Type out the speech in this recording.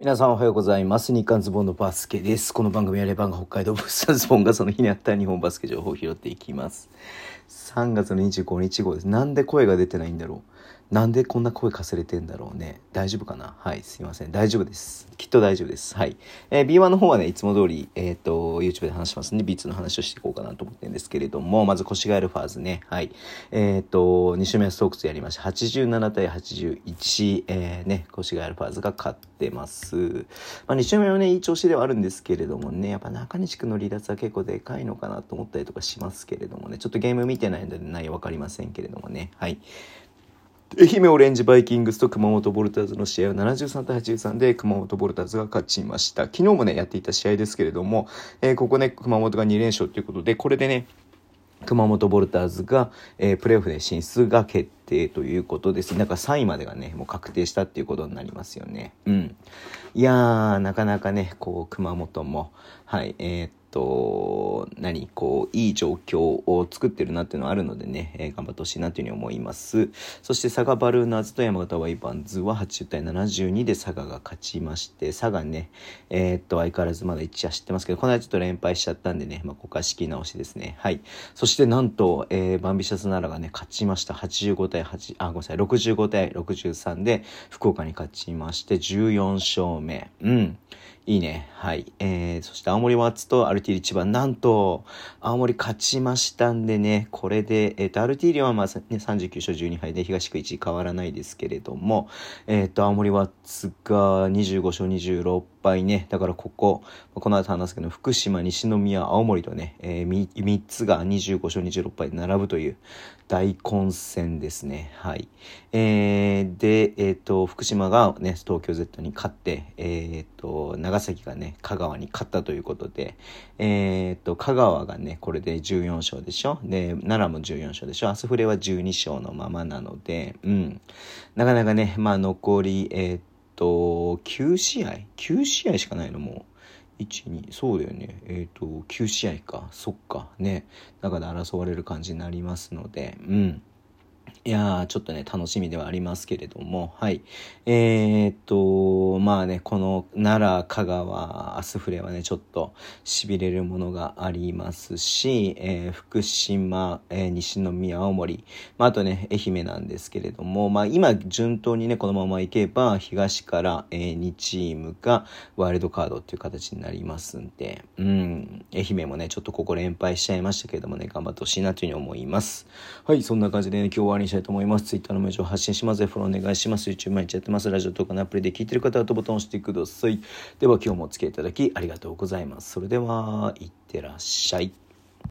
皆さんおはようございます。日刊ズボンのバスケです。この番組はレバンが北海道物産ズボンがその日にあった日本バスケ情報を拾っていきます。3月の25日号です。なんで声が出てないんだろう。なんでこんな声かすれてんだろうね。大丈夫かな。はい、すいません。大丈夫です。きっと大丈夫です。はい。B1 の方はね、いつも通り、YouTube で話しますんで、B2 の話をしていこうかなと思ってるんですけれども、まず越谷アルファーズね。はい。2週目はストークスやりました。87対81、ね、越谷アルファーズが勝ってます。まあ、2週目はね、いい調子ではあるんですけれどもね、やっぱ中西くんの離脱は結構でかいのかなと思ったりとかしますけれどもね、ちょっとゲーム見てないので内容わかりませんけれどもね。はい。愛媛オレンジバイキングスと熊本ボルターズの試合は73対83で熊本ボルターズが勝ちました。昨日もね、やっていた試合ですけれども、ここね、熊本が2連勝ということで、これでね、熊本ボルターズが、プレーオフで進出が決定ということです。だから3位までがね、もう確定したっていうことになりますよね。うん。いやー、なかなかね、こう、熊本も、はい、いい状況を作ってるなっていうのはあるのでね、頑張ってほしいなというふうに思います。そして佐賀バルーナーズと山形ワイバンズは80対72で佐賀が勝ちまして、佐賀ね、相変わらずまだ1走ってますけど、この間ちょっと連敗しちゃったんでね、ここは仕切り直しですね。はい。そしてなんと、バンビシャス奈良がね、勝ちました。65対65対63で福岡に勝ちまして、14勝目。うん。いいね。はい。そして青森ワッツとアルティーリ千葉、なんと、青森勝ちましたんでね、これで、アルティーリはまあ、ね、39勝12敗で東区1位変わらないですけれども、青森ワッツが25勝26敗ね、だからこの後話すけど、福島、西宮、青森とね、3つが25勝26敗で並ぶという大混戦ですね。はい。で、福島がね、東京 Z に勝って、長崎がね、香川に勝ったということで、香川がね、これで14勝でしょ。で、奈良も14勝でしょ。アスフレは12勝のままなので、うん。なかなかね、まあ残り、9試合しかないのもう。1、2、そうだよね。9試合か。そっか。ね。中で争われる感じになりますので、うん。いやー、ちょっとね、楽しみではありますけれども、はい。まあね、この奈良、香川、アスフレはね、ちょっと痺れるものがありますし、福島、西宮、青森、まあ、あとね、愛媛なんですけれども、まあ今、順当にね、このままいけば、東から、2チームがワイルドカードっていう形になりますんで、うん、愛媛もね、ちょっとここ連敗しちゃいましたけれどもね、頑張ってほしいなというふうに思います。はい、そんな感じでね、今日終わりにしたいと思います。Twitter のメールを発信します。フォローお願いします。YouTube 毎日やってます。ラジオとかのアプリで聞いてる方はボタンを押してください。では今日もお付き合いいただきありがとうございます。それでは、いってらっしゃい。